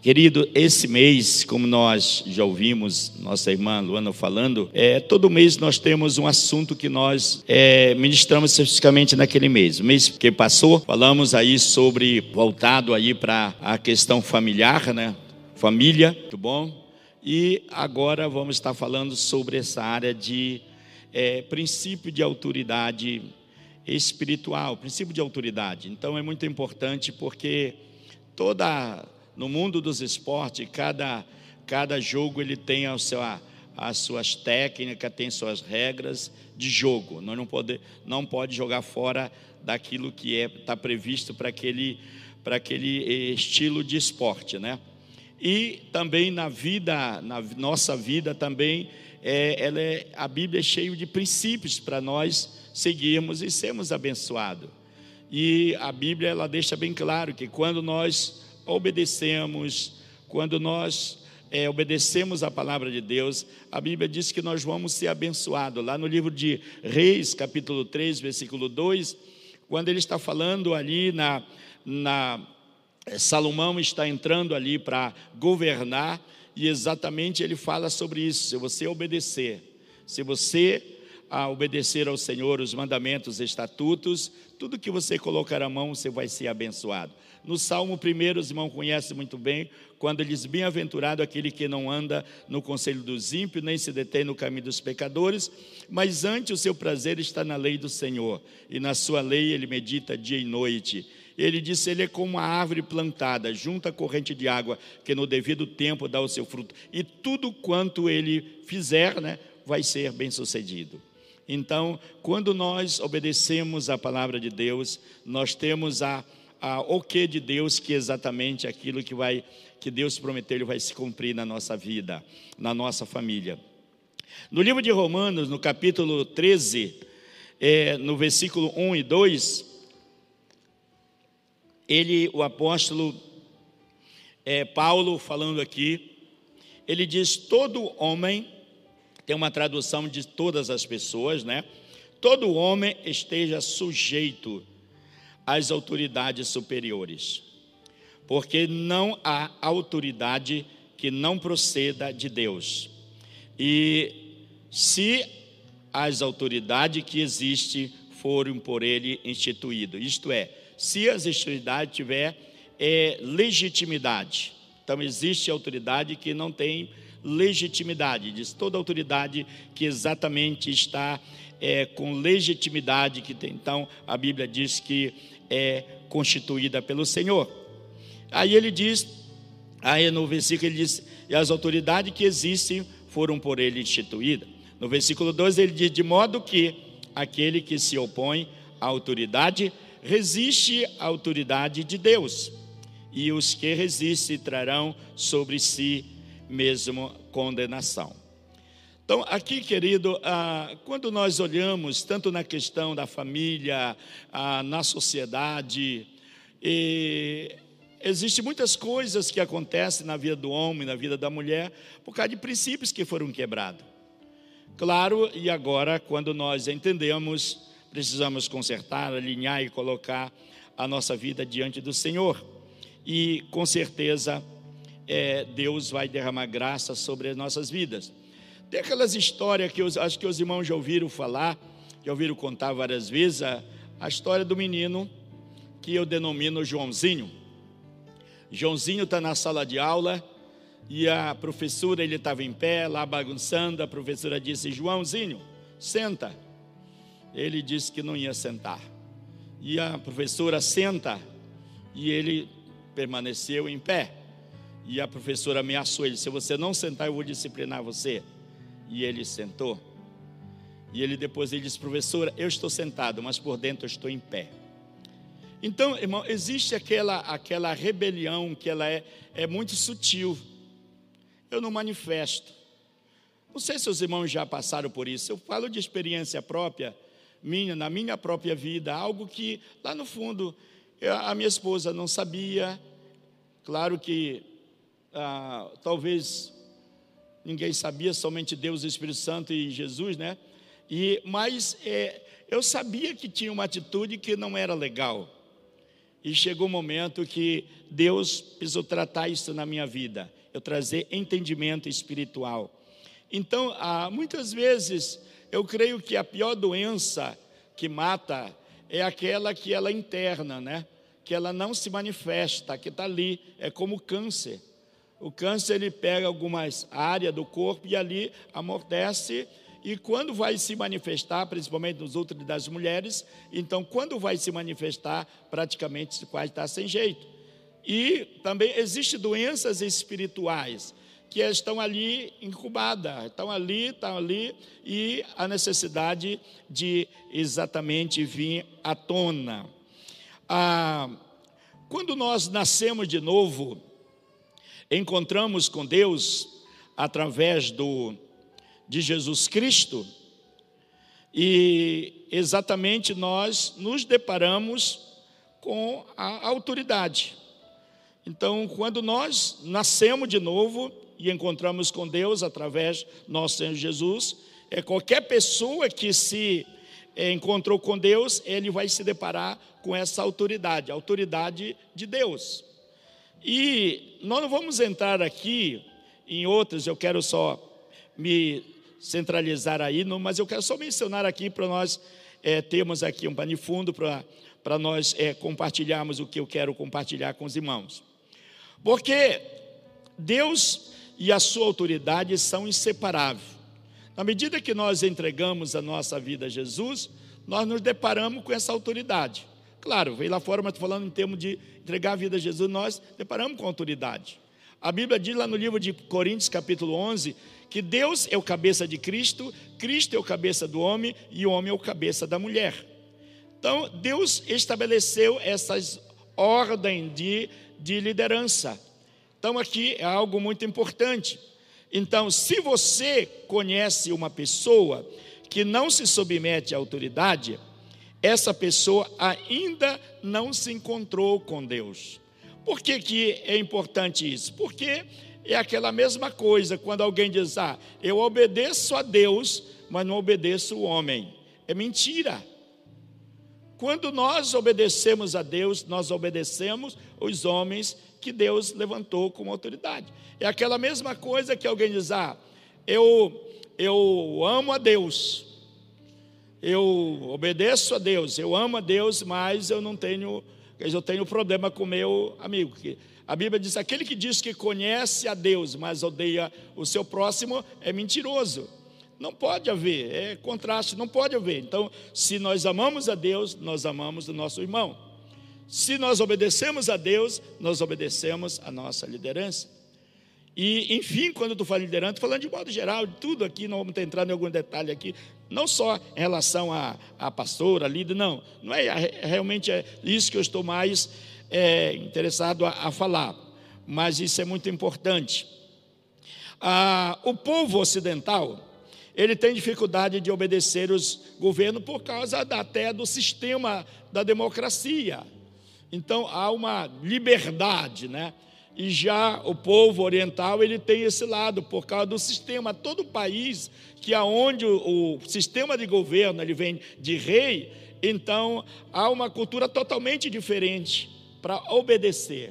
Querido, esse mês, como nós já ouvimos nossa irmã Luana falando, todo mês nós temos um assunto que nós ministramos especificamente naquele mês. O mês que passou, falamos aí sobre, voltado aí para a questão familiar, né? Família, muito bom. E agora vamos estar falando sobre essa área de princípio de autoridade espiritual, princípio de autoridade. Então é muito importante porque no mundo dos esportes, cada jogo ele tem as suas técnicas, tem suas regras de jogo. Nós não pode jogar fora daquilo que está previsto para aquele estilo de esporte, né? E também na nossa vida também, a Bíblia é cheia de princípios para nós seguirmos e sermos abençoados. E a Bíblia ela deixa bem claro que quando nós obedecemos a palavra de Deus, a Bíblia diz que nós vamos ser abençoados. Lá no livro de Reis, capítulo 3, versículo 2, quando ele está falando ali Salomão está entrando ali para governar, e exatamente ele fala sobre isso. Se você obedecer ao Senhor, os mandamentos, os estatutos, tudo que você colocar a mão, você vai ser abençoado. No Salmo 1, os irmãos conhecem muito bem, quando ele diz: bem-aventurado aquele que não anda no conselho dos ímpios, nem se detém no caminho dos pecadores, mas antes o seu prazer está na lei do Senhor, e na sua lei ele medita dia e noite. Ele disse: ele é como uma árvore plantada junto à corrente de água, que no devido tempo dá o seu fruto, e tudo quanto ele fizer, né, vai ser bem sucedido. Então, quando nós obedecemos a palavra de Deus, nós temos o que de Deus, que é exatamente aquilo que Deus prometeu, ele vai se cumprir na nossa vida, na nossa família. No livro de Romanos, no capítulo 13, no versículo 1 e 2, o apóstolo Paulo falando aqui, ele diz: todo homem, tem uma tradução de todas as pessoas, né? Todo homem esteja sujeito às autoridades superiores, porque não há autoridade que não proceda de Deus. E se as autoridades que existem forem por ele instituídas, isto é, se as autoridades tiver legitimidade. Então existe autoridade que não tem legitimidade. Diz toda autoridade que exatamente está com legitimidade que tem. Então a Bíblia diz que é constituída pelo Senhor. Aí ele diz, aí no versículo ele diz: e as autoridades que existem foram por ele instituídas. No versículo 2 ele diz: de modo que aquele que se opõe à autoridade resiste à autoridade de Deus, e os que resistem trarão sobre si mesmo condenação. Então aqui, querido, quando nós olhamos tanto na questão da família, na sociedade, existem muitas coisas que acontecem na vida do homem, na vida da mulher, por causa de princípios que foram quebrados. Claro, e agora quando nós entendemos, precisamos consertar, alinhar e colocar a nossa vida diante do Senhor. E com certeza Deus vai derramar graça sobre as nossas vidas. Tem aquelas histórias que acho que os irmãos já ouviram falar, já ouviram contar várias vezes, a história do menino que eu denomino Joãozinho. Joãozinho está na sala de aula e a professora, ele estava em pé lá bagunçando, a professora disse: Joãozinho, senta. Ele disse que não ia sentar. E a professora senta, e ele permaneceu em pé. E a professora ameaçou ele: se você não sentar, eu vou disciplinar você. E ele sentou. E ele depois disse: professora, eu estou sentado, mas por dentro eu estou em pé. Então, irmão, existe aquela rebelião que ela é muito sutil. Eu não manifesto. Não sei se os irmãos já passaram por isso. Eu falo de experiência própria, na minha própria vida, algo que lá no fundo a minha esposa não sabia. Claro que talvez ninguém sabia, somente Deus, o Espírito Santo e Jesus, né? Mas eu sabia que tinha uma atitude que não era legal. e chegou um momento que Deus precisou tratar isso na minha vida, eu trazer entendimento espiritual. Então, muitas vezes, eu creio que a pior doença que mata é aquela que ela é interna, né? Que ela não se manifesta, que está ali, é como o câncer. O câncer, ele pega algumas áreas do corpo e ali amortece, e quando vai se manifestar, principalmente nos úteros das mulheres, então quando vai se manifestar, praticamente quase está sem jeito. E também existem doenças espirituais, que estão ali incubadas, estão ali, e a necessidade de exatamente vir à tona. Quando nós nascemos de novo, encontramos com Deus através de Jesus Cristo, e exatamente nós nos deparamos com a autoridade. Então, quando nós nascemos de novo e encontramos com Deus através do nosso Senhor Jesus, qualquer pessoa que se encontrou com Deus, ele vai se deparar com essa autoridade, a autoridade de Deus. E nós não vamos entrar aqui em outras, eu quero só me centralizar aí, mas eu quero só mencionar aqui para nós termos aqui um pano de fundo para nós compartilharmos o que eu quero compartilhar com os irmãos. Porque Deus e a sua autoridade são inseparáveis. Na medida que nós entregamos a nossa vida a Jesus, nós nos deparamos com essa autoridade. Claro, veio lá fora, mas estou falando em termos de entregar a vida a Jesus, nós deparamos com autoridade. A Bíblia diz lá no livro de Coríntios, capítulo 11, que Deus é o cabeça de Cristo, Cristo é o cabeça do homem e o homem é o cabeça da mulher. Então, Deus estabeleceu essas ordens de liderança. Então, aqui é algo muito importante. Então, se você conhece uma pessoa que não se submete à autoridade, essa pessoa ainda não se encontrou com Deus. Por que é importante isso? Porque é aquela mesma coisa, quando alguém diz, eu obedeço a Deus, mas não obedeço o homem. É mentira. Quando nós obedecemos a Deus, nós obedecemos os homens que Deus levantou como autoridade. É aquela mesma coisa que alguém diz, eu amo a Deus, eu obedeço a Deus, eu amo a Deus, mas eu tenho problema com meu amigo. A Bíblia diz, aquele que diz que conhece a Deus, mas odeia o seu próximo, é mentiroso. Não pode haver, é contraste, não pode haver. Então, se nós amamos a Deus, nós amamos o nosso irmão. Se nós obedecemos a Deus, nós obedecemos a nossa liderança. E, enfim, quando eu estou falando de liderança, estou falando de modo geral, de tudo aqui, não vamos entrar em algum detalhe aqui, não só em relação a pastor, a líder, não é realmente isso que eu estou mais interessado a falar, mas isso é muito importante. O povo ocidental, ele tem dificuldade de obedecer os governos por causa até do sistema da democracia. Então, há uma liberdade, né? E já o povo oriental, ele tem esse lado, por causa do sistema. Todo país que aonde o sistema de governo ele vem de rei, então há uma cultura totalmente diferente para obedecer.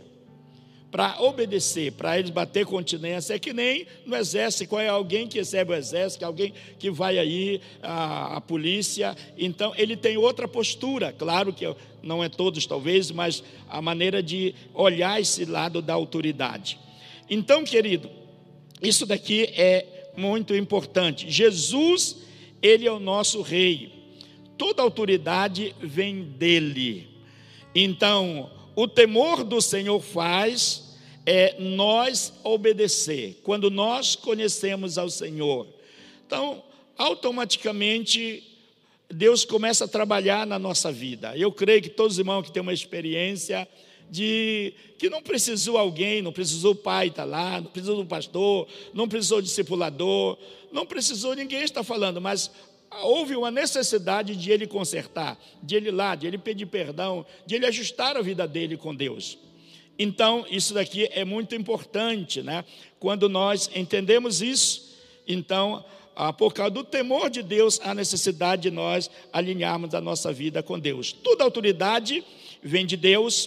Para eles bater continência, é que nem no exército, qual é alguém que recebe o exército, alguém que vai aí, a polícia, então ele tem outra postura, claro que não é todos talvez, mas a maneira de olhar esse lado da autoridade. Então, querido, isso daqui é muito importante. Jesus, ele é o nosso rei, toda autoridade vem dele. Então, o temor do Senhor faz nós obedecer, quando nós conhecemos ao Senhor. Então, automaticamente, Deus começa a trabalhar na nossa vida. Eu creio que todos os irmãos que têm uma experiência de que não precisou alguém, não precisou o pai estar lá, não precisou do pastor, não precisou do discipulador, não precisou, ninguém está falando, mas houve uma necessidade de ele consertar, de ele ir lá, de ele pedir perdão, de ele ajustar a vida dele com Deus. Então, isso daqui é muito importante, né? Quando nós entendemos isso, então, por causa do temor de Deus, há necessidade de nós alinharmos a nossa vida com Deus. Toda autoridade vem de Deus,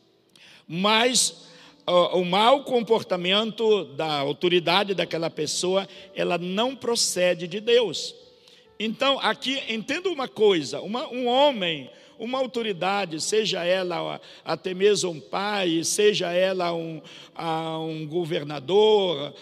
mas o mau comportamento da autoridade daquela pessoa, ela não procede de Deus. Então, aqui, entenda uma coisa, um homem, uma autoridade, seja ela até mesmo um pai, seja ela um governador,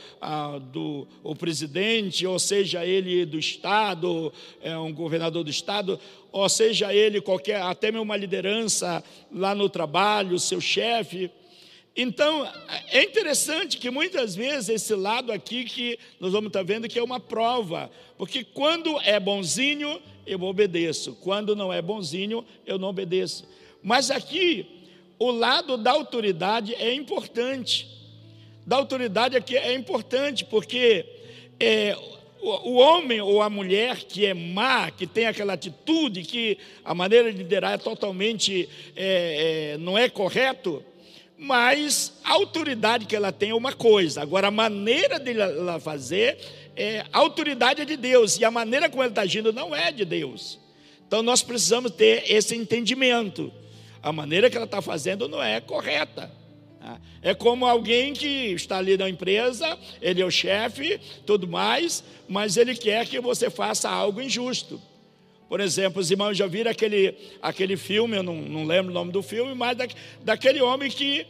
o presidente, ou seja ele do Estado, um governador do Estado, ou seja ele qualquer, até mesmo uma liderança lá no trabalho, seu chefe. Então, é interessante que muitas vezes esse lado aqui que nós vamos estar vendo que é uma prova, porque quando é bonzinho, eu obedeço, quando não é bonzinho, eu não obedeço. Mas aqui, o lado da autoridade é importante. Da autoridade aqui é importante, porque o homem ou a mulher que é má, que tem aquela atitude, que a maneira de liderar é totalmente, não é correto, mas a autoridade que ela tem é uma coisa. Agora, a maneira de ela fazer, a autoridade é de Deus, e a maneira como ela está agindo não é de Deus. Então, nós precisamos ter esse entendimento. A maneira que ela está fazendo não é correta. É como alguém que está ali na empresa, ele é o chefe, tudo mais, mas ele quer que você faça algo injusto. Por exemplo, os irmãos já viram aquele filme, eu não lembro o nome do filme, mas daquele homem que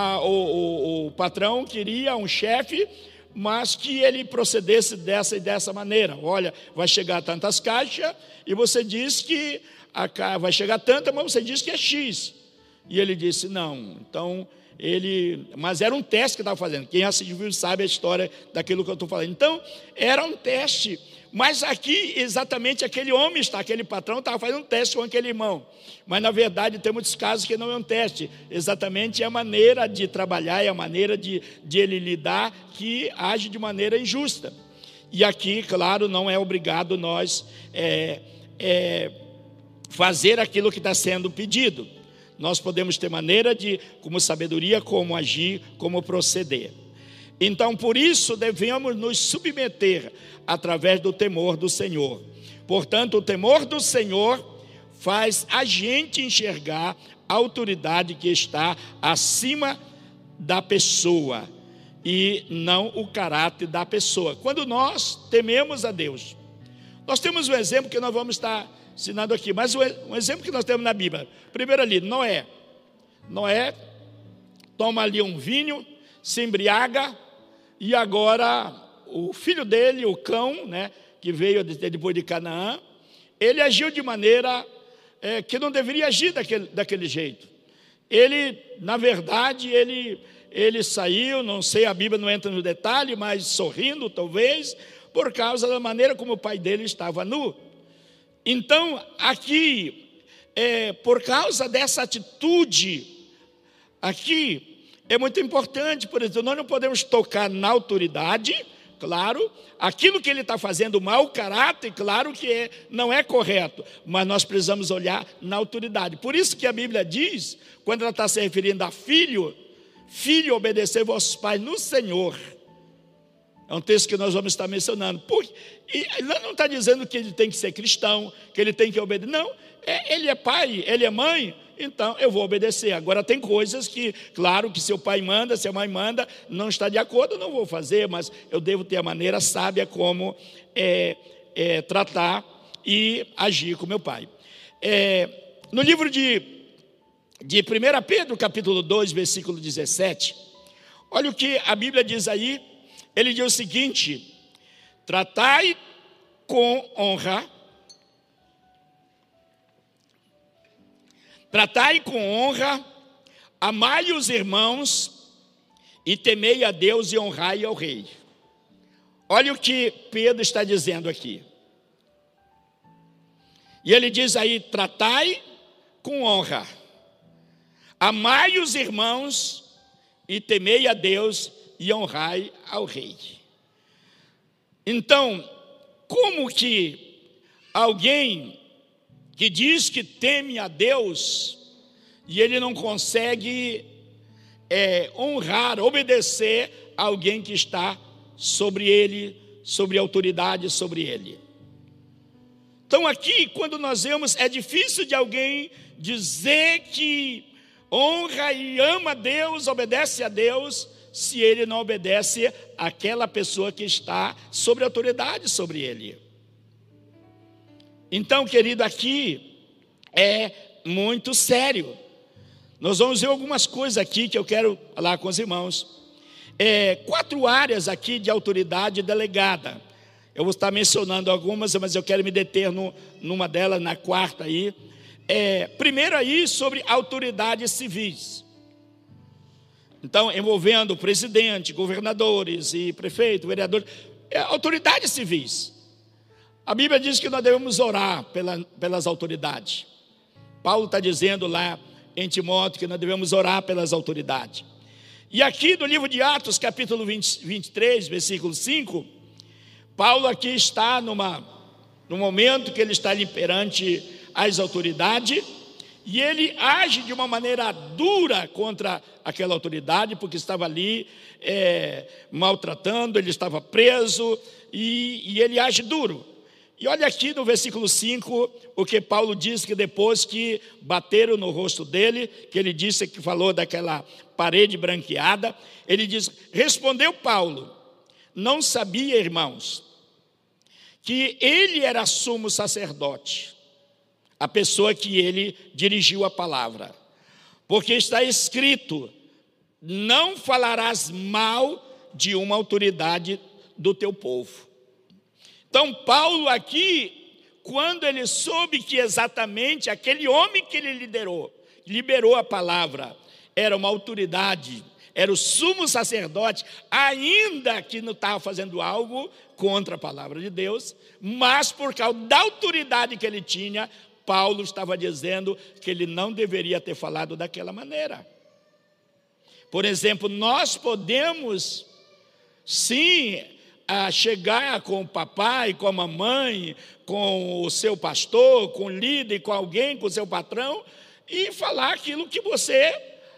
o patrão queria um chefe, mas que ele procedesse dessa e dessa maneira. Olha, vai chegar tantas caixas, e você diz que vai chegar tanta, mas você diz que é X. E ele disse, não, então... mas era um teste que estava fazendo. Quem assistiu sabe a história daquilo que eu estou falando. Então, era um teste. Mas aqui, exatamente, aquele patrão estava fazendo um teste com aquele irmão. Mas, na verdade, tem muitos casos que não é um teste. Exatamente é a maneira de trabalhar, é a maneira de ele lidar, que age de maneira injusta. E aqui, claro, não é obrigado nós fazer aquilo que está sendo pedido. Nós podemos ter maneira de, como sabedoria, como agir, como proceder. Então, por isso, devemos nos submeter através do temor do Senhor. Portanto, o temor do Senhor faz a gente enxergar a autoridade que está acima da pessoa e não o caráter da pessoa. Quando nós tememos a Deus, nós temos um exemplo que nós vamos estar ensinando aqui, mas um exemplo que nós temos na Bíblia. Primeiro ali, Noé. Noé toma ali um vinho, se embriaga, e agora o filho dele, o Cão, né, que veio depois de Canaã, ele agiu de maneira que não deveria agir daquele jeito. Ele, na verdade, ele saiu, não sei, a Bíblia não entra no detalhe, mas sorrindo talvez, por causa da maneira como o pai dele estava nu. Então, aqui, por causa dessa atitude, aqui, é muito importante, por exemplo, nós não podemos tocar na autoridade, claro, aquilo que ele está fazendo, mau caráter, claro que não é correto, mas nós precisamos olhar na autoridade. Por isso que a Bíblia diz, quando ela está se referindo a filho, obedecer vossos pais no Senhor. É um texto que nós vamos estar mencionando. E ela não está dizendo que ele tem que ser cristão, que ele tem que obedecer. Não, ele é pai, ele é mãe, então eu vou obedecer. Agora tem coisas que, claro, que seu pai manda, se a mãe manda, não está de acordo, eu não vou fazer, mas eu devo ter a maneira sábia como tratar e agir com meu pai. No livro de 1 Pedro, capítulo 2, versículo 17, olha o que a Bíblia diz aí. Ele diz o seguinte: tratai com honra, amai os irmãos e temei a Deus e honrai ao rei. Olha o que Pedro está dizendo aqui. E ele diz aí: tratai com honra, amai os irmãos e temei a Deus e honrai ao rei. Então, como que alguém que diz que teme a Deus e ele não consegue honrar, obedecer a alguém que está sobre ele, sobre autoridade sobre ele? Então aqui, quando nós vemos, é difícil de alguém dizer que honra e ama Deus, obedece a Deus, se ele não obedece àquela pessoa que está sobre autoridade sobre ele. Então, querido, aqui é muito sério. Nós vamos ver algumas coisas aqui que eu quero falar com os irmãos. 4 áreas aqui de autoridade delegada. Eu vou estar mencionando algumas, mas eu quero me deter numa delas, na quarta aí. Primeiro aí sobre autoridades civis. Então, envolvendo presidente, governadores e prefeito, vereador, autoridades civis. A Bíblia diz que nós devemos orar pelas autoridades. Paulo está dizendo lá em Timóteo que nós devemos orar pelas autoridades. E aqui no livro de Atos, capítulo 23, versículo 5, Paulo aqui está no momento que ele está ali perante as autoridades, e ele age de uma maneira dura contra aquela autoridade, porque estava ali maltratando, ele estava preso, e ele age duro. E olha aqui no versículo 5, o que Paulo diz, que depois que bateram no rosto dele, que ele disse, que falou daquela parede branqueada, ele diz: respondeu Paulo, não sabia, irmãos, que ele era sumo sacerdote, a pessoa que ele dirigiu a palavra, porque está escrito: não falarás mal de uma autoridade do teu povo. Então Paulo aqui, quando ele soube que exatamente aquele homem que ele liberou a palavra, era uma autoridade, era o sumo sacerdote, ainda que não estava fazendo algo contra a palavra de Deus, mas por causa da autoridade que ele tinha, Paulo estava dizendo que ele não deveria ter falado daquela maneira. Por exemplo, nós podemos, sim, chegar com o papai, com a mamãe, com o seu pastor, com o líder, com alguém, com o seu patrão, e falar aquilo que você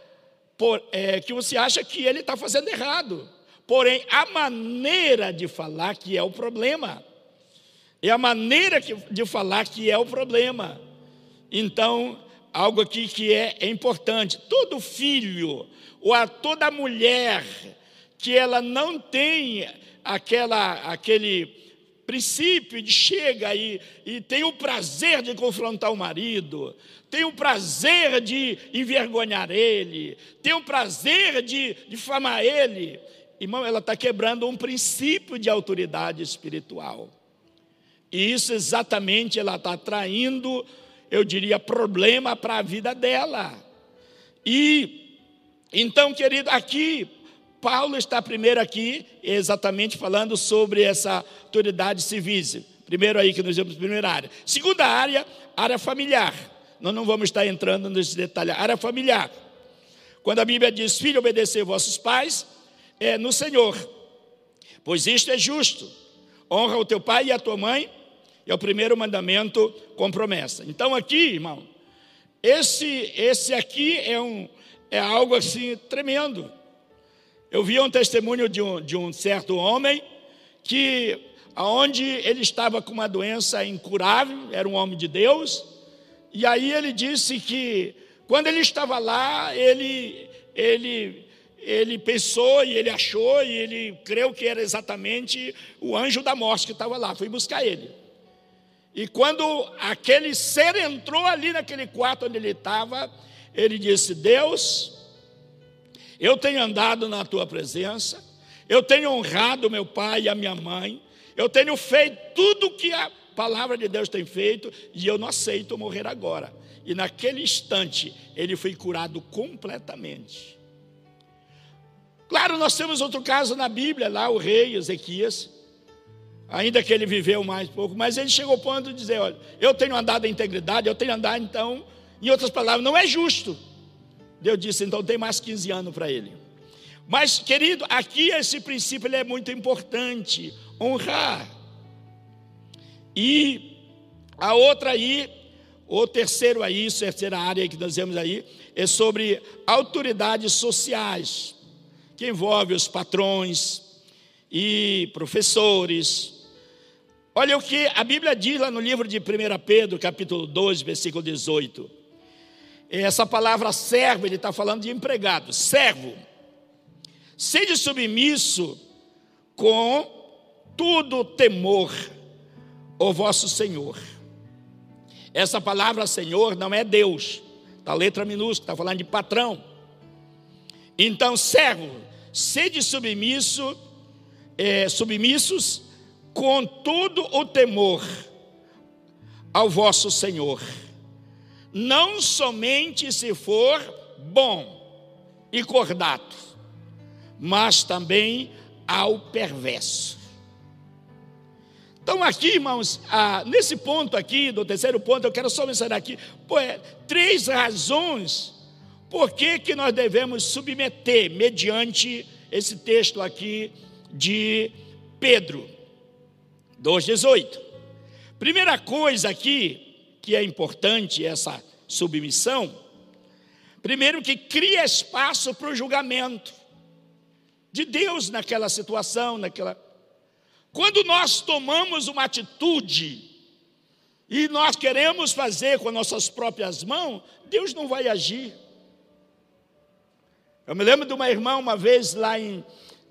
acha que ele está fazendo errado. Porém, a maneira de falar que é o problema. É a maneira de falar que é o problema. Então, algo aqui que é importante. Todo filho, ou toda mulher, que ela não tem aquele princípio de chega e tem o prazer de confrontar o marido, tem o prazer de envergonhar ele, tem o prazer de difamar ele, irmão, ela está quebrando um princípio de autoridade espiritual. E isso exatamente ela está traindo, eu diria, problema para a vida dela. E então, querido, aqui Paulo está primeiro aqui exatamente falando sobre essa autoridade civil. Primeiro aí que nós vemos, primeira área. Segunda área familiar. Nós não vamos estar entrando nesse detalhe. Área familiar. Quando a Bíblia diz: filho, obedecer vossos pais no Senhor, pois isto é justo. Honra o teu pai e a tua mãe. É o primeiro mandamento com promessa. Então aqui, irmão, esse aqui é algo assim tremendo. Eu vi um testemunho de um certo homem que, onde ele estava com uma doença incurável, era um homem de Deus, e aí ele disse que quando ele estava lá, ele pensou e ele achou e ele creu que era exatamente o anjo da morte que estava lá, foi buscar ele. E quando aquele ser entrou ali naquele quarto onde ele estava, ele disse: Deus, eu tenho andado na tua presença, eu tenho honrado meu pai e a minha mãe, eu tenho feito tudo o que a palavra de Deus tem feito, e eu não aceito morrer agora. E naquele instante, ele foi curado completamente. Claro, nós temos outro caso na Bíblia, lá o rei Ezequias, ainda que ele viveu mais pouco, mas ele chegou ao ponto de dizer: olha, eu tenho andado em integridade, eu tenho andado, então, em outras palavras, não é justo. Deus disse: então tem mais 15 anos para ele. Mas, querido, aqui esse princípio ele é muito importante, honrar. E a outra aí, o terceiro aí, a terceira área que nós vemos aí, é sobre autoridades sociais, que envolve os patrões e professores. Olha o que a Bíblia diz lá no livro de 1 Pedro, capítulo 2, versículo 18. essa palavra servo, ele está falando de empregado. Servo, sede submisso com todo temor ao vosso Senhor. Essa palavra Senhor não é Deus, está letra minúscula, está falando de patrão. Então, servo, sede submissos com todo o temor ao vosso Senhor, não somente se for bom e cordato, mas também ao perverso. Então aqui, irmãos, nesse ponto aqui, do terceiro ponto, eu quero só mencionar aqui 3 razões por que nós devemos submeter, mediante esse texto aqui de Pedro 2,18. Primeira coisa aqui, que é importante essa submissão, primeiro que cria espaço para o julgamento de Deus naquela situação, Quando nós tomamos uma atitude e nós queremos fazer com nossas próprias mãos, Deus não vai agir. Eu me lembro de uma irmã uma vez lá em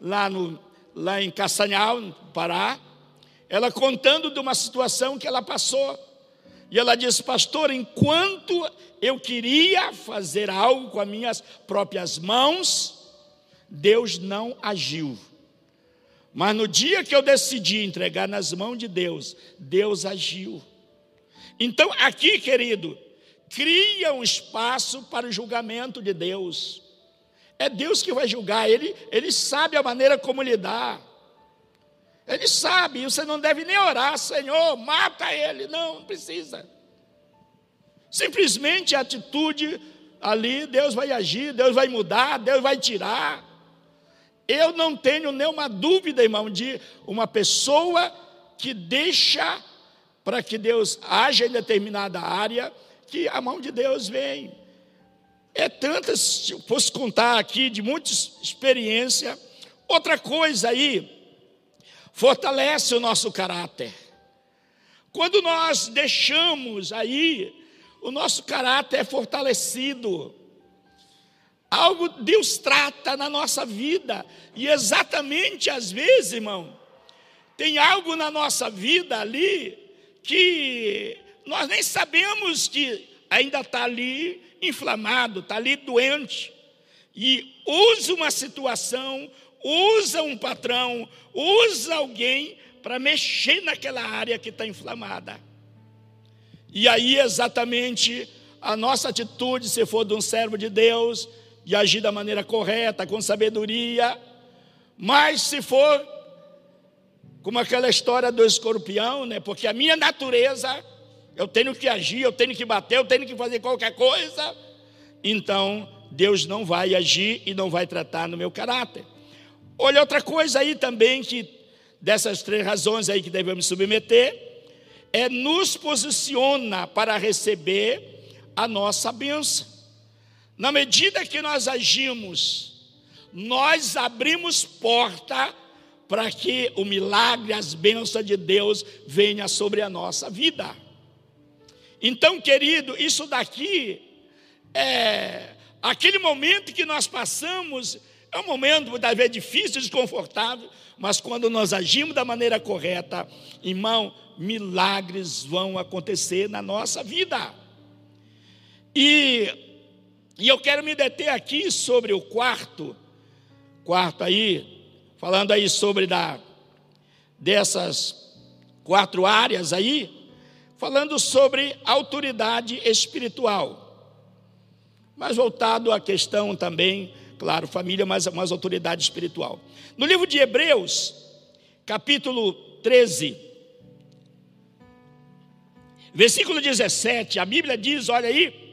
Castanhal, no Pará, ela contando de uma situação que ela passou. E ela disse: pastor, enquanto eu queria fazer algo com as minhas próprias mãos, Deus não agiu. Mas no dia que eu decidi entregar nas mãos de Deus, Deus agiu. Então aqui, querido, cria um espaço para o julgamento de Deus. É Deus que vai julgar, Ele sabe a maneira como lidar. Ele sabe, você não deve nem orar: Senhor, mata ele. Não precisa. Simplesmente a atitude ali, Deus vai agir, Deus vai mudar, Deus vai tirar. Eu não tenho nenhuma dúvida, irmão, de uma pessoa que deixa para que Deus haja em determinada área, que a mão de Deus vem. É tantas, se eu fosse contar aqui, de muita experiência. Outra coisa aí, fortalece o nosso caráter. Quando nós deixamos aí, o nosso caráter é fortalecido. Algo Deus trata na nossa vida. E exatamente às vezes, irmão, tem algo na nossa vida ali que nós nem sabemos que ainda está ali inflamado, está ali doente. E usa uma situação, usa um patrão, usa alguém para mexer naquela área que está inflamada. E aí exatamente a nossa atitude, se for de um servo de Deus, de agir da maneira correta, com sabedoria. Mas se for como aquela história do escorpião, porque a minha natureza, eu tenho que agir, eu tenho que bater, eu tenho que fazer qualquer coisa, então Deus não vai agir e não vai tratar no meu caráter. Olha, outra coisa aí também, que dessas 3 razões aí que devemos submeter, nos posiciona para receber a nossa bênção. Na medida que nós agimos, nós abrimos porta para que o milagre, as bênçãos de Deus venha sobre a nossa vida. Então, querido, isso daqui aquele momento que nós passamos, é um momento muitas vezes difícil, desconfortável, mas quando nós agimos da maneira correta, irmão, milagres vão acontecer na nossa vida. E eu quero me deter aqui sobre o quarto aí, falando aí sobre dessas 4 áreas aí, falando sobre autoridade espiritual, mas voltado à questão também, claro, família, mas autoridade espiritual. No livro de Hebreus, capítulo 13, versículo 17, a Bíblia diz, olha aí: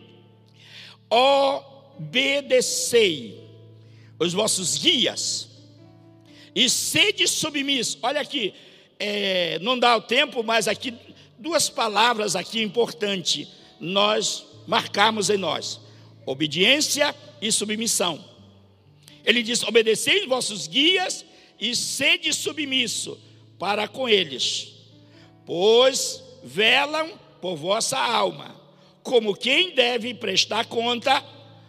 obedecei os vossos guias e sede submissos. Olha aqui, não dá o tempo, mas aqui 2 palavras aqui importantes nós marcarmos em nós: obediência e submissão. Ele diz: obedecei os vossos guias e sede submisso para com eles, pois velam por vossa alma, como quem deve prestar conta,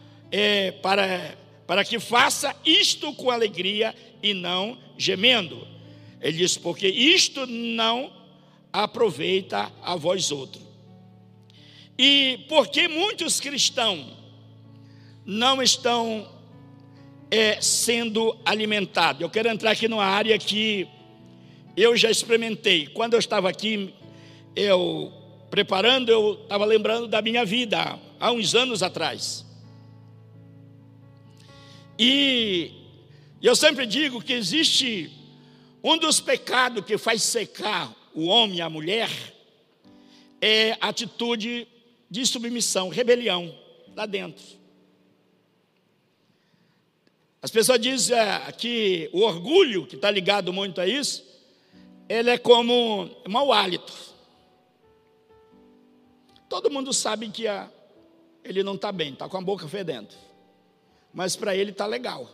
para que faça isto com alegria e não gemendo. Ele diz, porque isto não aproveita a vós outros. E porque muitos cristãos não estão sendo alimentados. Eu quero entrar aqui numa área que eu já experimentei. Quando eu estava aqui, eu estava lembrando da minha vida, há uns anos atrás. E eu sempre digo que existe um dos pecados que faz secar o homem e a mulher, é a atitude de submissão, rebelião, lá dentro. As pessoas dizem que o orgulho, que está ligado muito a isso, ele é como mau hálito. Todo mundo sabe que ele não está bem, está com a boca fedendo. Mas para ele está legal.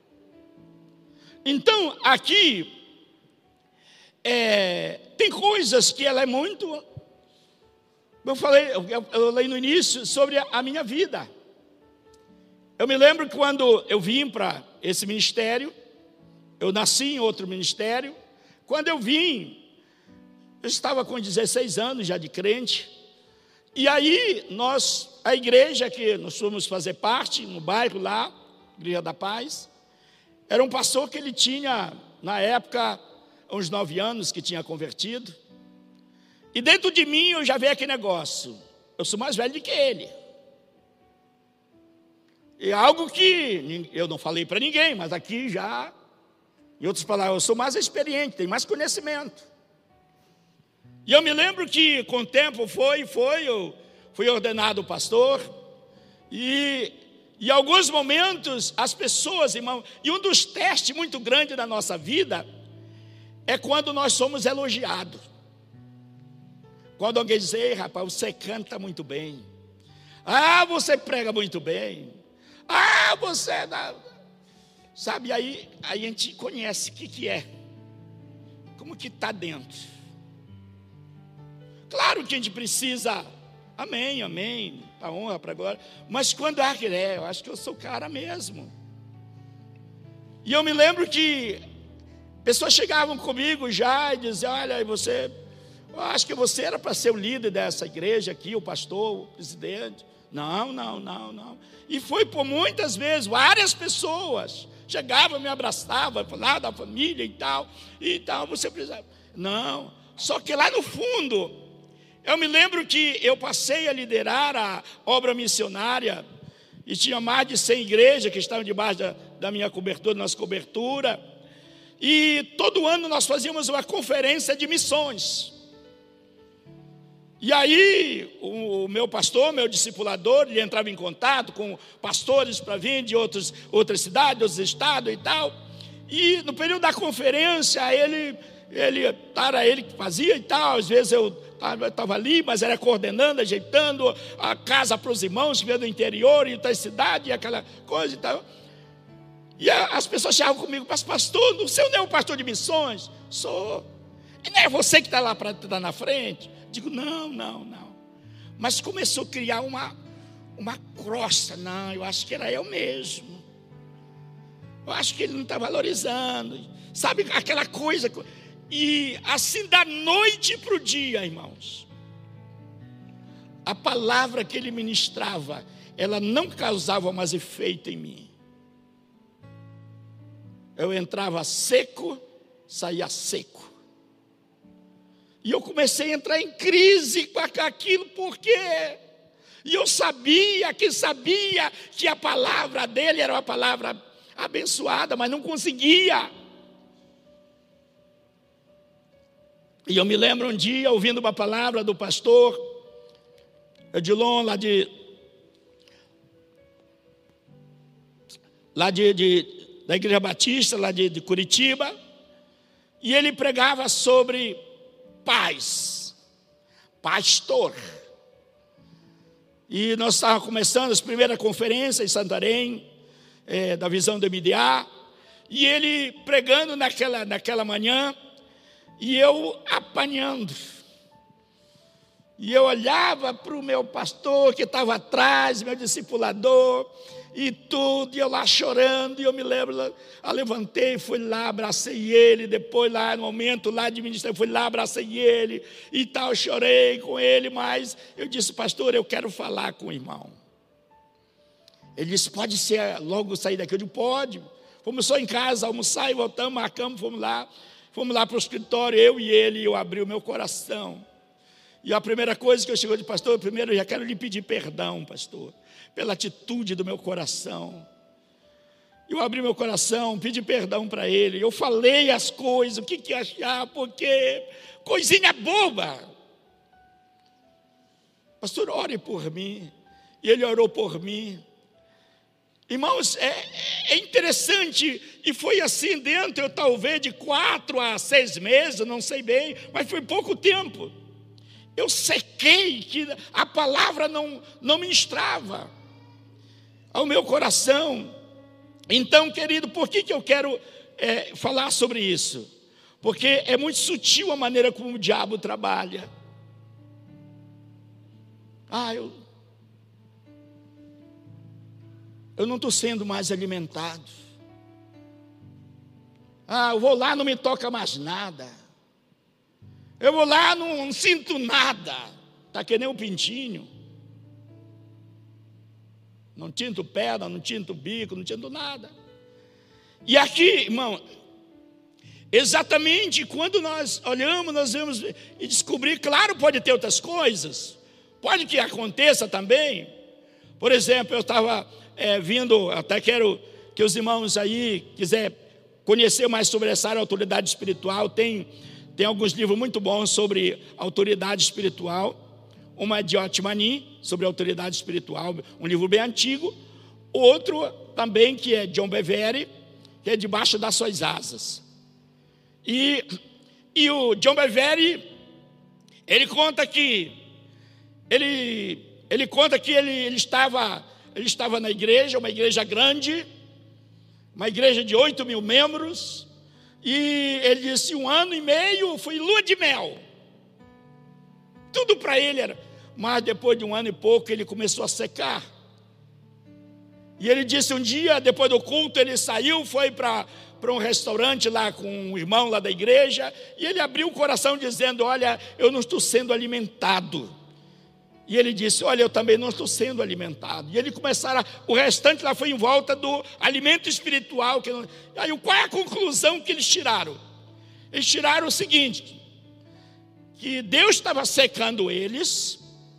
Então, aqui, tem coisas que ela é muito... Eu falei no início sobre a minha vida. Eu me lembro que quando eu vim para esse ministério, eu nasci em outro ministério. Quando eu vim, eu estava com 16 anos já de crente. E aí, a igreja que nós fomos fazer parte, no bairro lá, Igreja da Paz, era um pastor que ele tinha, na época, uns 9 anos que tinha convertido. E dentro de mim eu já veio aquele negócio, eu sou mais velho do que ele. E algo que eu não falei para ninguém, mas aqui já, em outras palavras, eu sou mais experiente, tenho mais conhecimento. E eu me lembro que com o tempo eu fui ordenado pastor, e em alguns momentos as pessoas, irmão, e um dos testes muito grandes da nossa vida é quando nós somos elogiados. Quando alguém diz, ei rapaz, você canta muito bem. Ah, você prega muito bem. Ah, você... Sabe, aí a gente conhece o que é. Como que está dentro. Claro que a gente precisa, amém, para honra, para glória. Mas quando eu acho que eu sou o cara mesmo. E eu me lembro que pessoas chegavam comigo já e diziam, olha, eu acho que você era para ser o líder dessa igreja aqui, o pastor, o presidente. Não. E foi por muitas vezes, várias pessoas chegavam, me abraçavam, falavam da família e tal, você precisa. Não, só que lá no fundo, eu me lembro que eu passei a liderar a obra missionária, e tinha mais de 100 igrejas que estavam debaixo da minha cobertura, nossa cobertura, e todo ano nós fazíamos uma conferência de missões. E aí, o meu pastor, meu discipulador, ele entrava em contato com pastores para vir de outras cidades, outros estados e tal. E no período da conferência, ele que fazia e tal. Às vezes eu estava ali, mas era coordenando, ajeitando a casa para os irmãos que vinham do interior e da cidade, e aquela coisa e tal. E as pessoas chegavam comigo, mas pastor, o senhor não é um pastor de missões? Sou. E não é você que está lá para estar na frente? Digo, não. Mas começou a criar uma crosta. Não, eu acho que era eu mesmo. Eu acho que ele não está valorizando. Sabe aquela coisa? E assim da noite para o dia, irmãos, a palavra que ele ministrava, ela não causava mais efeito em mim. Eu entrava seco, saía seco. E eu comecei a entrar em crise com aquilo, porque eu sabia que a palavra dele era uma palavra abençoada, mas não conseguia. E eu me lembro um dia, ouvindo uma palavra do pastor Edilon, da Igreja Batista, lá de Curitiba, e ele pregava sobre paz, pastor. E nós estávamos começando as primeiras conferências em Santarém, da visão do MDA, e ele pregando naquela manhã, e eu apanhando. E eu olhava para o meu pastor que estava atrás, meu discipulador, e tudo, e eu lá chorando, e eu me lembro, eu levantei, fui lá, abracei ele, depois lá no momento lá de ministério, fui lá, abracei ele, e tal, chorei com ele, mas eu disse, pastor, eu quero falar com o irmão. Ele disse, pode ser logo sair daqui? Eu disse, pode. Fomos só em casa, almoçar e voltamos, marcamos, fomos lá para o escritório, eu e ele, e eu abri o meu coração. E a primeira coisa que eu cheguei de pastor, primeiro eu já quero lhe pedir perdão, pastor, pela atitude do meu coração. Eu abri meu coração, pedi perdão para ele, eu falei as coisas, o que achar, porque coisinha boba. Pastor, ore por mim. E ele orou por mim. Irmãos, é interessante, e foi assim dentro, talvez de 4 a 6 meses, não sei bem, mas foi pouco tempo. Eu sequei, que a palavra não ministrava ao meu coração. Então, querido, por que eu quero falar sobre isso? Porque é muito sutil a maneira como o diabo trabalha. Eu não estou sendo mais alimentado. Eu vou lá, não me toca mais nada. Eu vou lá, não sinto nada. Está que nem um pintinho. Não tinto perna, não tinto bico, não tinto nada. E aqui, irmão, exatamente quando nós olhamos, nós vemos e descobrir, claro, pode ter outras coisas. Pode que aconteça também. Por exemplo, eu estava vindo, até quero que os irmãos aí quiser conhecer mais sobre essa área de autoridade espiritual, tem alguns livros muito bons sobre autoridade espiritual. Uma é de Otmani, sobre autoridade espiritual, um livro bem antigo. Outro também que é John Bevere, que é Debaixo das Suas Asas. E o John Bevere, ele conta que ele estava na igreja, uma igreja grande, uma igreja de 8.000 membros, e ele disse, 1 ano e meio foi lua de mel, tudo para ele era, mas depois de 1 ano e pouco ele começou a secar, e ele disse um dia, depois do culto, ele saiu, foi para um restaurante lá com um irmão lá da igreja, e ele abriu o coração dizendo, olha, eu não estou sendo alimentado. E ele disse, olha, eu também não estou sendo alimentado. E ele começaram, o restante lá foi em volta do alimento espiritual. Aí qual é a conclusão que eles tiraram? Eles tiraram o seguinte, que Deus estava secando eles,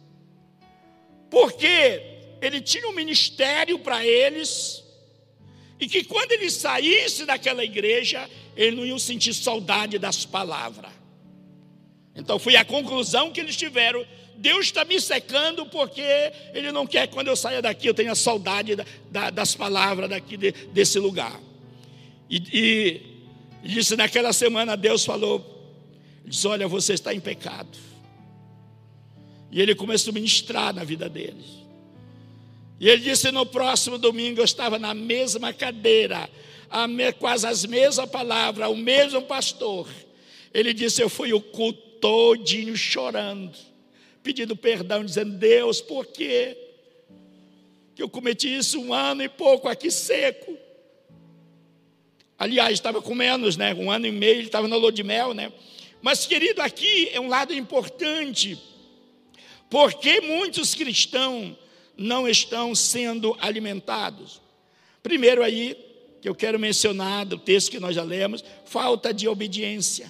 porque Ele tinha um ministério para eles, e que quando eles saíssem daquela igreja, eles não iam sentir saudade das palavras. Então foi a conclusão que eles tiveram. Deus está me secando porque Ele não quer que quando eu saia daqui eu tenha saudade das palavras daqui desse lugar. E disse naquela semana, Deus falou, disse, olha, você está em pecado. E Ele começou a ministrar na vida deles. E Ele disse, no próximo domingo eu estava na mesma cadeira, quase as mesmas palavras, o mesmo pastor. Ele disse, eu fui o culto todinho chorando, pedindo perdão, dizendo, Deus, por quê que eu cometi isso 1 ano e pouco aqui seco? Aliás, estava com menos, 1 ano e meio, ele estava na lua de mel, Mas, querido, aqui é um lado importante, porque muitos cristãos não estão sendo alimentados. Primeiro aí, que eu quero mencionar do texto que nós já lemos, falta de obediência.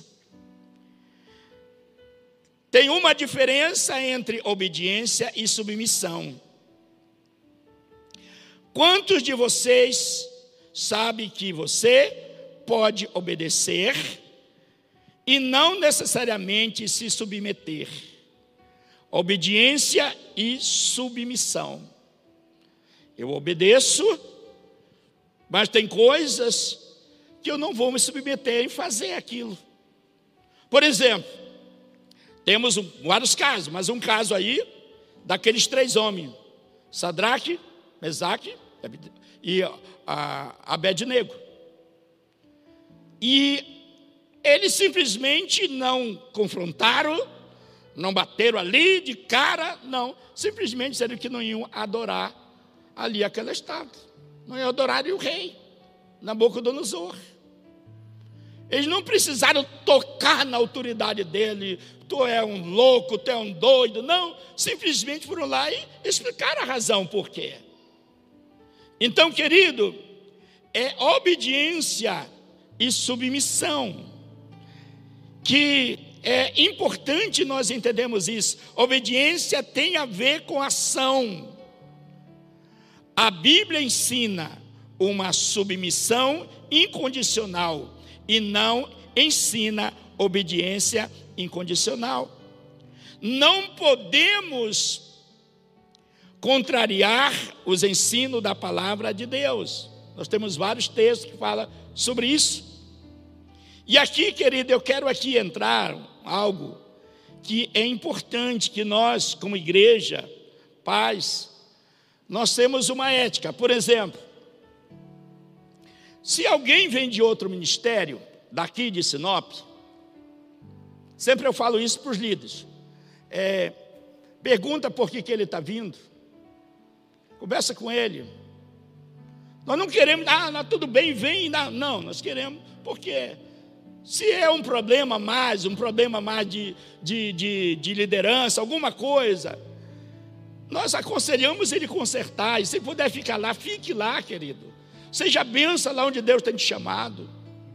Tem uma diferença entre obediência e submissão. Quantos de vocês sabem que você pode obedecer e não necessariamente se submeter? Obediência e submissão. Eu obedeço, mas tem coisas que eu não vou me submeter em fazer aquilo. Por exemplo, temos vários casos, mas um caso aí, daqueles 3 homens, Sadraque, Mesaque e Abednego. E eles simplesmente não confrontaram, Não bateram ali de cara, não. Simplesmente disseram que não iam adorar ali aquela estátua. Não iam adorar o rei, Nabucodonosor. Eles não precisaram tocar na autoridade dele. Tu é um louco, tu é um doido. Não, simplesmente foram lá e explicaram a razão por quê. Então, querido, é obediência e submissão. Que é importante nós entendermos isso. Obediência tem a ver com ação. A Bíblia ensina uma submissão incondicional e não ensina obediência incondicional. Não podemos contrariar os ensinos da palavra de Deus. Nós temos vários textos que falam sobre isso. E aqui, querido, eu quero aqui entrar algo que é importante, que nós, como igreja, pais, nós temos uma ética. Por exemplo, se alguém vem de outro ministério, daqui de Sinop, sempre eu falo isso para os líderes, pergunta por que ele está vindo, conversa com ele. Nós não queremos, tudo bem, vem, não, nós queremos, porque se é um problema mais de liderança, alguma coisa, nós aconselhamos ele consertar, e se puder ficar lá, fique lá, querido. Seja bênção lá onde Deus tem te chamado.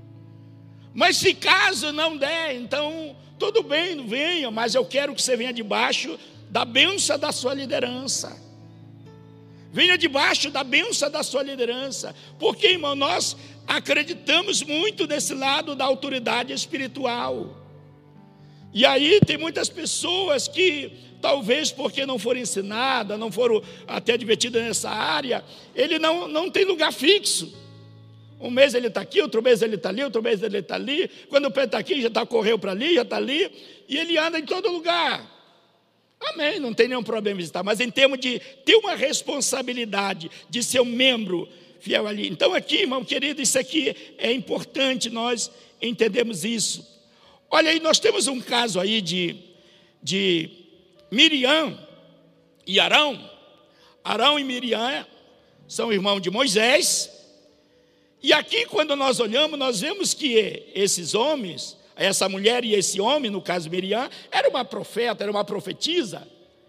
Mas se caso não der, então tudo bem, não venha, mas eu quero que você venha debaixo da bênção da sua liderança. Venha debaixo da bênção da sua liderança. Porque, irmão, nós acreditamos muito nesse lado da autoridade espiritual. E aí tem muitas pessoas que, talvez porque não foram ensinadas, não foram até advertidas nessa área, ele não tem lugar fixo. Um mês ele está aqui, outro mês ele está ali, outro mês ele está ali. Quando o pé está aqui, já está, correu para ali, já está ali. E ele anda em todo lugar. Amém, não tem nenhum problema em visitar. Mas em termos de ter uma responsabilidade, de ser um membro fiel ali. Então aqui, irmão querido, isso aqui é importante nós entendermos isso. Olha aí, nós temos um caso aí de Miriam e Arão. Arão e Miriam são irmãos de Moisés. E aqui, quando nós olhamos, nós vemos que esses homens, essa mulher e esse homem, no caso Miriam, era uma profeta, era uma profetisa.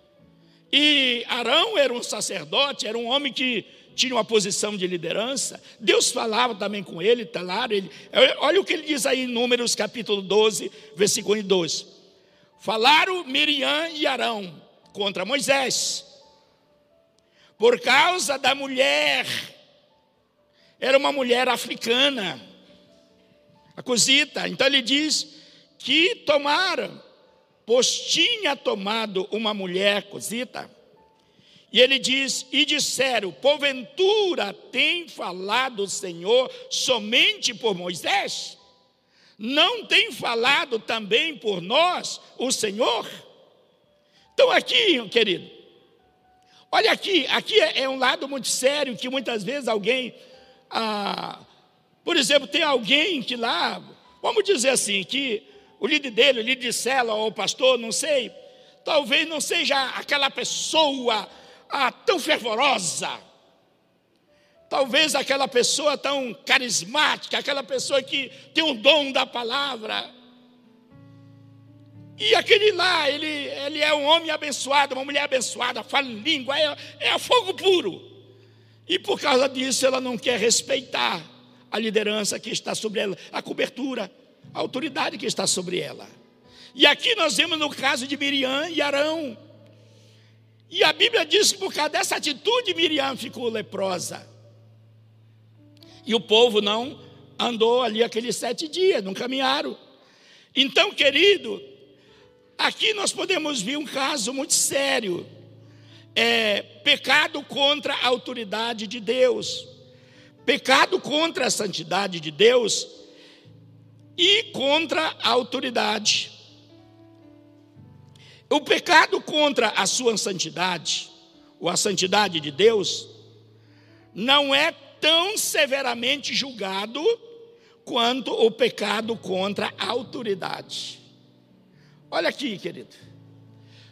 E Arão era um sacerdote, era um homem que tinha uma posição de liderança. Deus falava também com ele, olha o que ele diz aí em Números capítulo 12, versículo 12. Falaram Miriam e Arão contra Moisés, por causa da mulher. Era uma mulher africana, a Cusita. Então ele diz que tomaram, pois tinha tomado uma mulher Cusita. E ele diz, e disseram, porventura tem falado o Senhor somente por Moisés? Não tem falado também por nós o Senhor? Então aqui, querido, olha aqui é um lado muito sério, que muitas vezes alguém, por exemplo, tem alguém que lá, vamos dizer assim, que o líder dele, o líder de célula ou o pastor, não sei, talvez não seja aquela pessoa tão fervorosa, talvez aquela pessoa tão carismática, aquela pessoa que tem o dom da palavra. E aquele lá, ele é um homem abençoado, uma mulher abençoada, fala em língua, é fogo puro. E por causa disso ela não quer respeitar a liderança que está sobre ela, a cobertura, a autoridade que está sobre ela. E aqui nós vemos no caso de Miriam e Arão. E a Bíblia diz que por causa dessa atitude Miriam ficou leprosa. E o povo não andou ali aqueles 7 dias, não caminharam. Então, querido, aqui nós podemos ver um caso muito sério. Pecado contra a autoridade de Deus. Pecado contra a santidade de Deus e contra a autoridade. O pecado contra a sua santidade, ou a santidade de Deus, não é tão severamente julgado quanto o pecado contra a autoridade. Olha aqui, querido.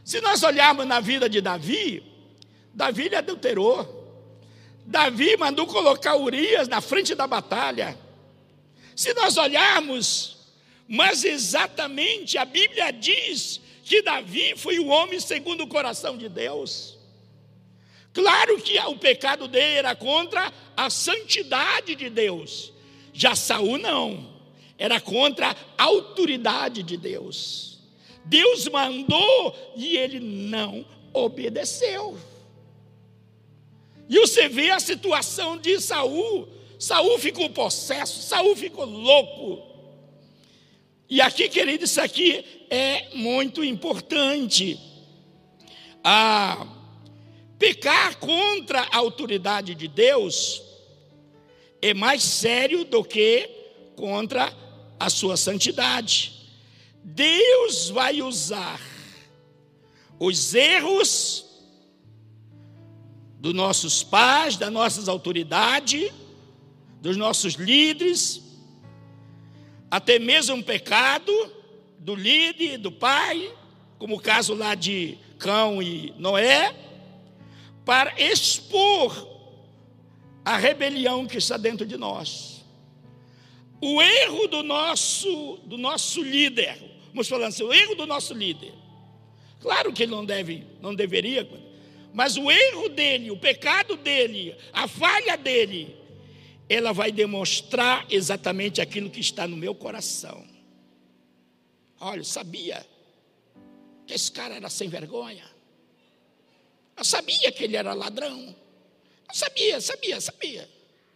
Se nós olharmos na vida de Davi, Davi ele adulterou. Davi mandou colocar Urias na frente da batalha. Se nós olharmos, mas exatamente a Bíblia diz que Davi foi o homem segundo o coração de Deus. Claro que o pecado dele era contra a santidade de Deus. Já Saul não, era contra a autoridade de Deus. Deus mandou e ele não obedeceu. E você vê a situação de Saul. Saul ficou possesso, Saul ficou louco. E aqui, querido, isso aqui é muito importante. Pecar contra a autoridade de Deus é mais sério do que contra a sua santidade. Deus vai usar os erros dos nossos pais, das nossas autoridades, dos nossos líderes, até mesmo um pecado do líder, do pai, como o caso lá de Cão e Noé, para expor a rebelião que está dentro de nós. O erro do nosso líder, vamos falando assim, o erro do nosso líder, claro que ele não deveria, mas o erro dele, o pecado dele, a falha dele, ela vai demonstrar exatamente aquilo que está no meu coração. Olha, eu sabia que esse cara era sem vergonha. Eu sabia que ele era ladrão. Eu sabia.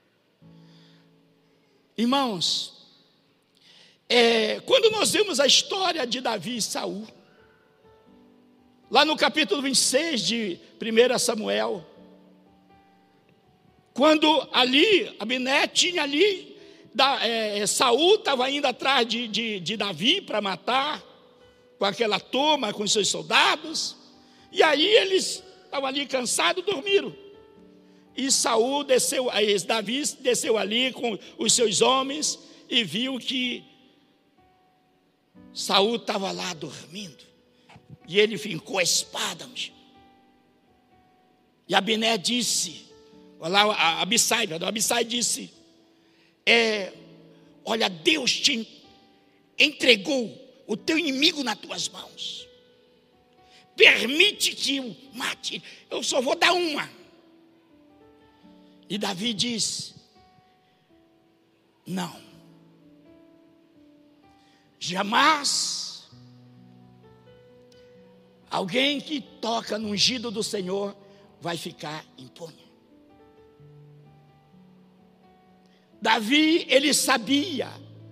Irmãos, quando nós vemos a história de Davi e Saul, lá no capítulo 26 de 1 Samuel, quando ali, Abner tinha ali, Saul estava indo atrás de Davi para matar, com aquela turma, com seus soldados, e aí eles estavam ali cansados, dormiram. E Davi desceu ali com os seus homens e viu que Saul estava lá dormindo. E ele fincou a espada. E Abner disse, Abissai disse, olha, Deus te entregou o teu inimigo nas tuas mãos. Permite que eu mate, eu só vou dar uma. E Davi disse, não, jamais alguém que toca no ungido do Senhor vai ficar impune. Davi, ele sabia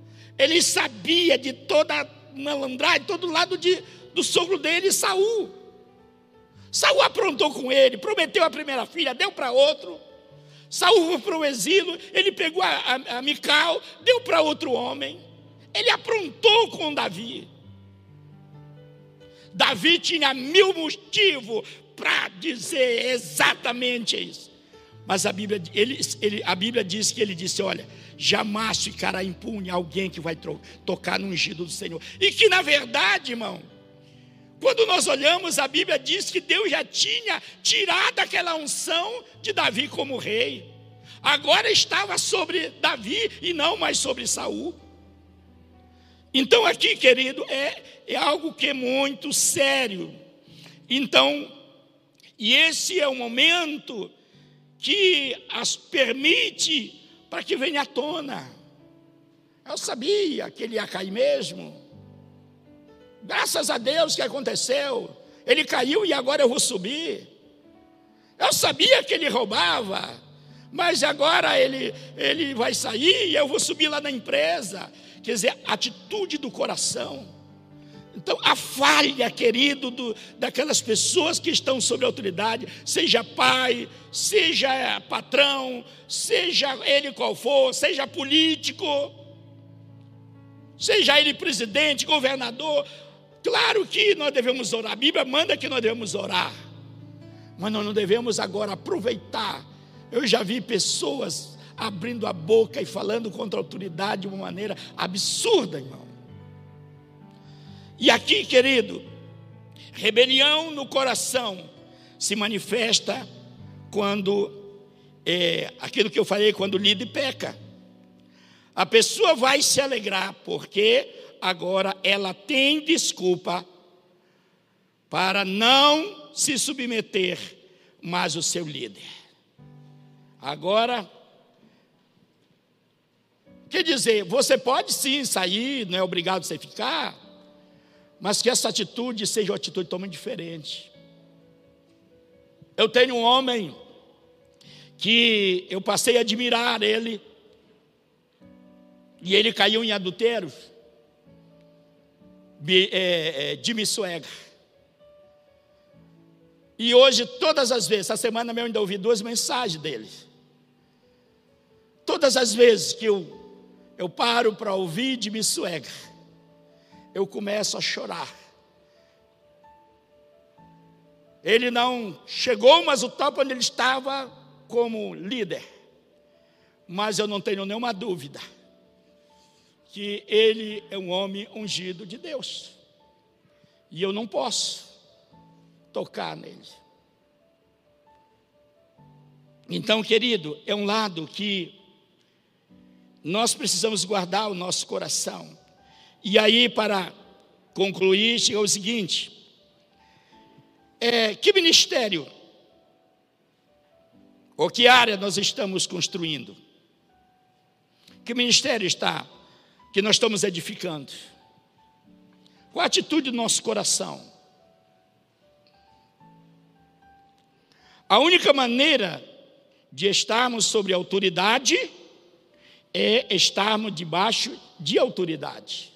de toda a malandragem, todo lado do sogro dele, Saul. Saul aprontou com ele, prometeu a primeira filha, deu para outro. Saul foi para o exílio, ele pegou a Mical, deu para outro homem. Ele aprontou com Davi. Davi tinha 1000 motivos para dizer exatamente isso. Mas a Bíblia diz que ele disse, olha, jamais ficará impune alguém que vai tocar no ungido do Senhor. E que na verdade, irmão, quando nós olhamos, a Bíblia diz que Deus já tinha tirado aquela unção de Davi como rei. Agora estava sobre Davi e não mais sobre Saul. Então aqui, querido, é algo que é muito sério. Então, e esse é o momento que as permite para que venha à tona. Eu sabia que ele ia cair mesmo. Graças a Deus que aconteceu. Ele caiu e agora eu vou subir. Eu sabia que ele roubava, mas agora ele vai sair e eu vou subir lá na empresa. Quer dizer, atitude do coração. Então, a falha, querido, daquelas pessoas que estão sob autoridade, seja pai, seja patrão, seja ele qual for, seja político, seja ele presidente, governador. Claro que nós devemos orar, a Bíblia manda que nós devemos orar, mas nós não devemos agora aproveitar. Eu já vi pessoas abrindo a boca e falando contra a autoridade de uma maneira absurda, irmão. E aqui, querido, Rebelião no coração se manifesta quando aquilo que eu falei, quando o líder peca. A pessoa vai se alegrar porque agora ela tem desculpa para não se submeter mais ao seu líder. Agora, quer dizer, você pode sim sair, não é obrigado a você ficar, mas que essa atitude seja uma atitude totalmente diferente. Eu tenho um homem que eu passei a admirar ele, e ele caiu em adultério, Jimmy Swaggart. E hoje, todas as vezes, essa semana eu ainda ouvi 2 mensagens dele. Todas as vezes que eu paro para ouvir Jimmy Swaggart, eu começo a chorar. Ele não chegou mais ao topo onde ele estava como líder, mas eu não tenho nenhuma dúvida que ele é um homem ungido de Deus, e eu não posso tocar nele. Então, querido, é um lado que nós precisamos guardar o nosso coração. E aí, para concluir, chega o seguinte: que ministério ou que área nós estamos construindo? Que ministério que nós estamos edificando? Qual a atitude do nosso coração? A única maneira de estarmos sob autoridade é estarmos debaixo de autoridade.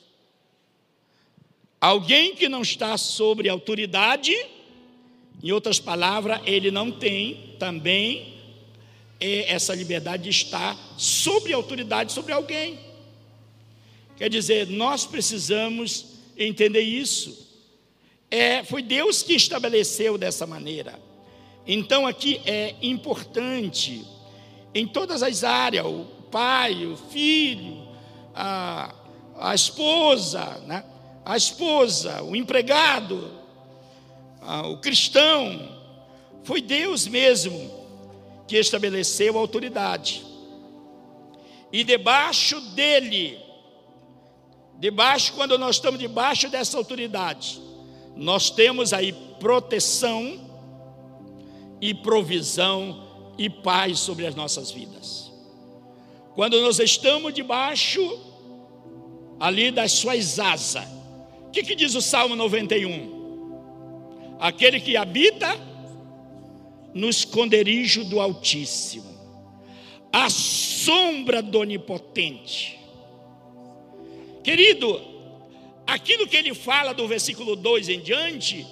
Alguém que não está sobre autoridade, em outras palavras, ele não tem também essa liberdade de estar sobre autoridade sobre alguém. Quer dizer, nós precisamos entender isso. Foi Deus que estabeleceu dessa maneira. Então aqui é importante, em todas as áreas, o pai, o filho, a esposa, né? A esposa, o empregado, o cristão, foi Deus mesmo que estabeleceu a autoridade. E debaixo dele, quando nós estamos debaixo dessa autoridade, nós temos aí proteção e provisão e paz sobre as nossas vidas. Quando nós estamos debaixo ali das suas asas, o que diz o Salmo 91? Aquele que habita no esconderijo do Altíssimo, à sombra do Onipotente. Querido, aquilo que ele fala do versículo 2 em diante,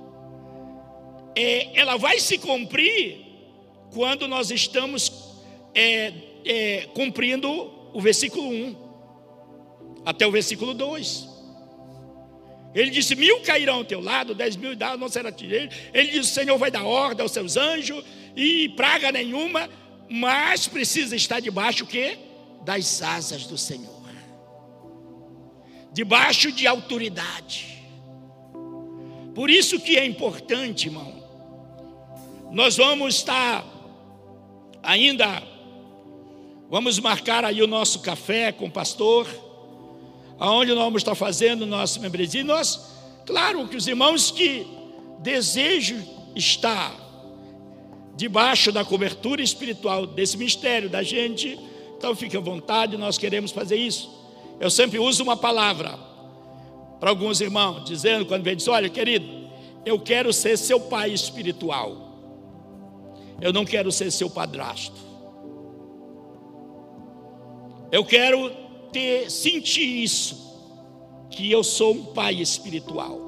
ela vai se cumprir quando nós estamos cumprindo o versículo 1 até o versículo 2. Ele disse: 1000 cairão ao teu lado, 10.000 dados não será atingido. Ele disse: o Senhor vai dar ordem aos seus anjos, e praga nenhuma, mas precisa estar debaixo o quê? Das asas do Senhor, debaixo de autoridade. Por isso que é importante, irmão, nós vamos estar ainda, vamos marcar aí o nosso café com o pastor, aonde nós vamos estar fazendo nossa membresia. Nós, claro que os irmãos que desejam estar debaixo da cobertura espiritual desse mistério da gente, então fique à vontade, nós queremos fazer isso. Eu sempre uso uma palavra para alguns irmãos, dizendo, quando vem, diz: olha, querido, eu quero ser seu pai espiritual, eu não quero ser seu padrasto. Eu quero sentir isso, que eu sou um pai espiritual.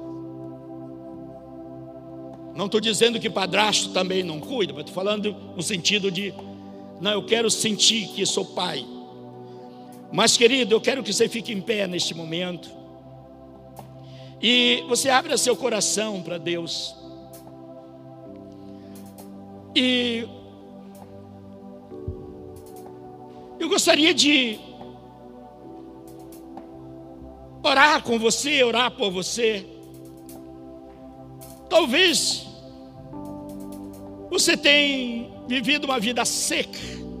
Não estou dizendo que padrasto também não cuida, mas estou falando no sentido de, não, eu quero sentir que sou pai. Mas, querido, eu quero que você fique em pé neste momento, e você abra seu coração para Deus. E eu gostaria de orar com você, orar por você. Talvez você tenha vivido uma vida seca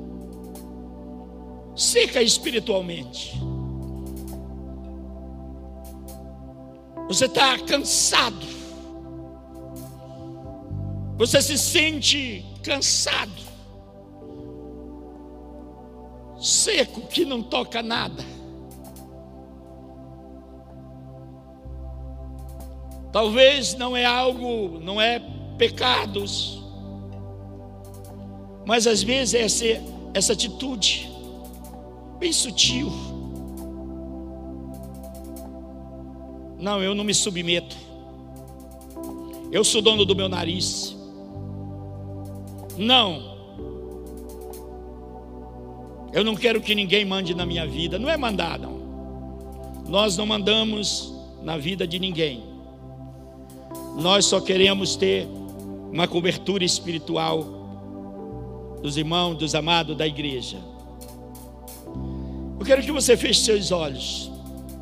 espiritualmente. Você está cansado. Você se sente cansado, seco, que não toca nada. Talvez não é pecados, mas às vezes é essa atitude bem sutil. Não, eu não me submeto. Eu sou dono do meu nariz. Não. Eu não quero que ninguém mande na minha vida. Não é mandar, não. Nós não mandamos na vida de ninguém. Nós só queremos ter uma cobertura espiritual dos irmãos, dos amados da igreja. Eu quero que você feche seus olhos.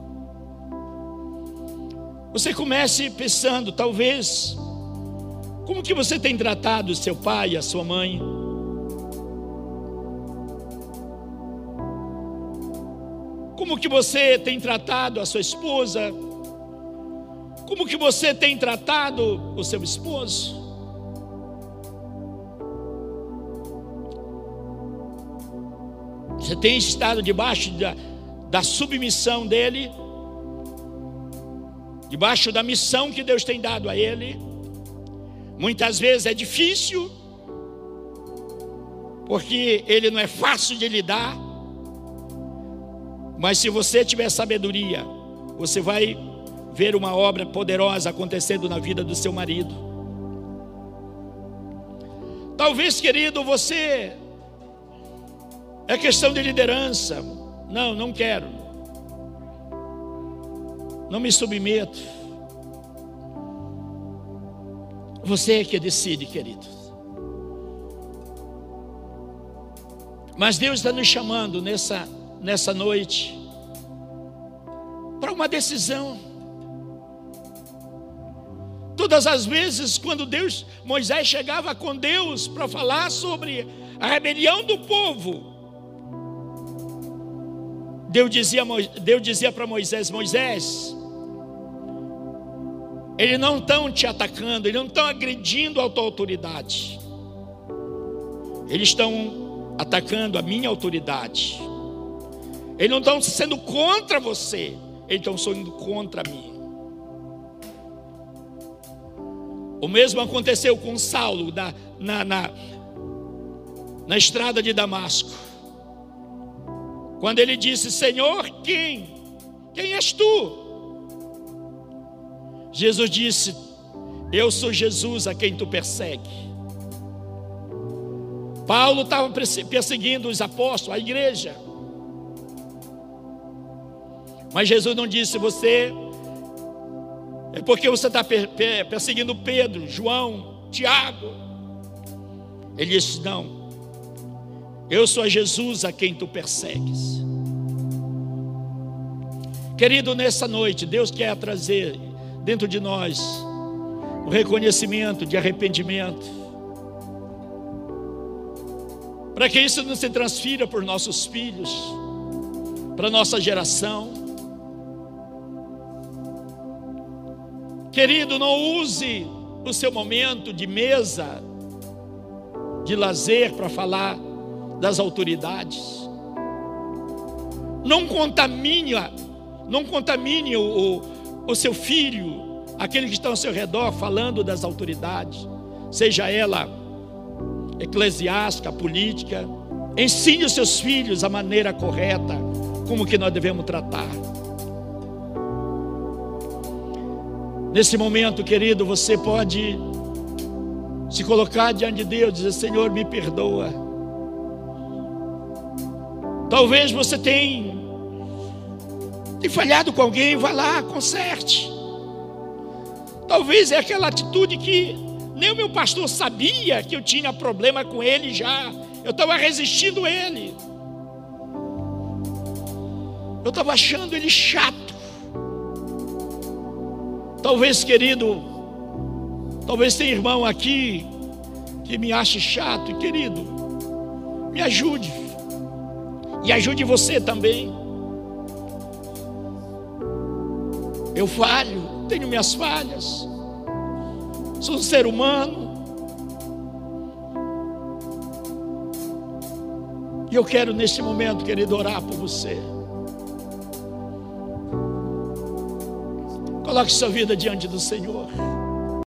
Você comece pensando, talvez, como que você tem tratado o seu pai, a sua mãe? Como que você tem tratado a sua esposa? Como que você tem tratado o seu esposo? Você tem estado debaixo da submissão dele? Debaixo da missão que Deus tem dado a ele? Muitas vezes é difícil, porque ele não é fácil de lidar. Mas se você tiver sabedoria, você vai ver uma obra poderosa acontecendo na vida do seu marido. Talvez, querido, você é questão de liderança. Não quero. Não me submeto. Você é que decide, querido. Mas Deus está nos chamando nessa noite para uma decisão. Todas as vezes quando Moisés chegava com Deus para falar sobre a rebelião do povo, Deus dizia para Moisés: Moisés, eles não estão te atacando, eles não estão agredindo a tua autoridade, eles estão atacando a minha autoridade. Eles não estão sendo contra você, eles estão sendo contra mim. O mesmo aconteceu com Saulo na estrada de Damasco, quando ele disse: Senhor, quem és tu? Jesus disse: eu sou Jesus a quem tu persegue. Paulo estava perseguindo os apóstolos, a igreja. Mas Jesus não disse: você é porque você está perseguindo Pedro, João, Tiago. Ele disse: não, eu sou Jesus a quem tu persegues. Querido, nessa noite Deus quer trazer dentro de nós o reconhecimento de arrependimento, para que isso não se transfira por nossos filhos, para nossa geração. Querido, não use o seu momento de mesa, de lazer, para falar das autoridades. Não contamine o seu filho, aquele que está ao seu redor, falando das autoridades, seja ela eclesiástica, política. Ensine os seus filhos a maneira correta, como que nós devemos tratar. Nesse momento, querido, você pode se colocar diante de Deus e dizer: Senhor, me perdoa. Talvez você tenha falhado com alguém, vá lá, conserte. Talvez é aquela atitude que nem o meu pastor sabia que eu tinha problema com ele já. Eu estava resistindo a ele. Eu estava achando ele chato. Talvez, querido, Talvez tenha irmão aqui que me ache chato. E querido, me ajude. E ajude você também. Eu falho, tenho minhas falhas. Sou um ser humano. E eu quero neste momento, querido, orar por você. Coloque sua vida diante do Senhor.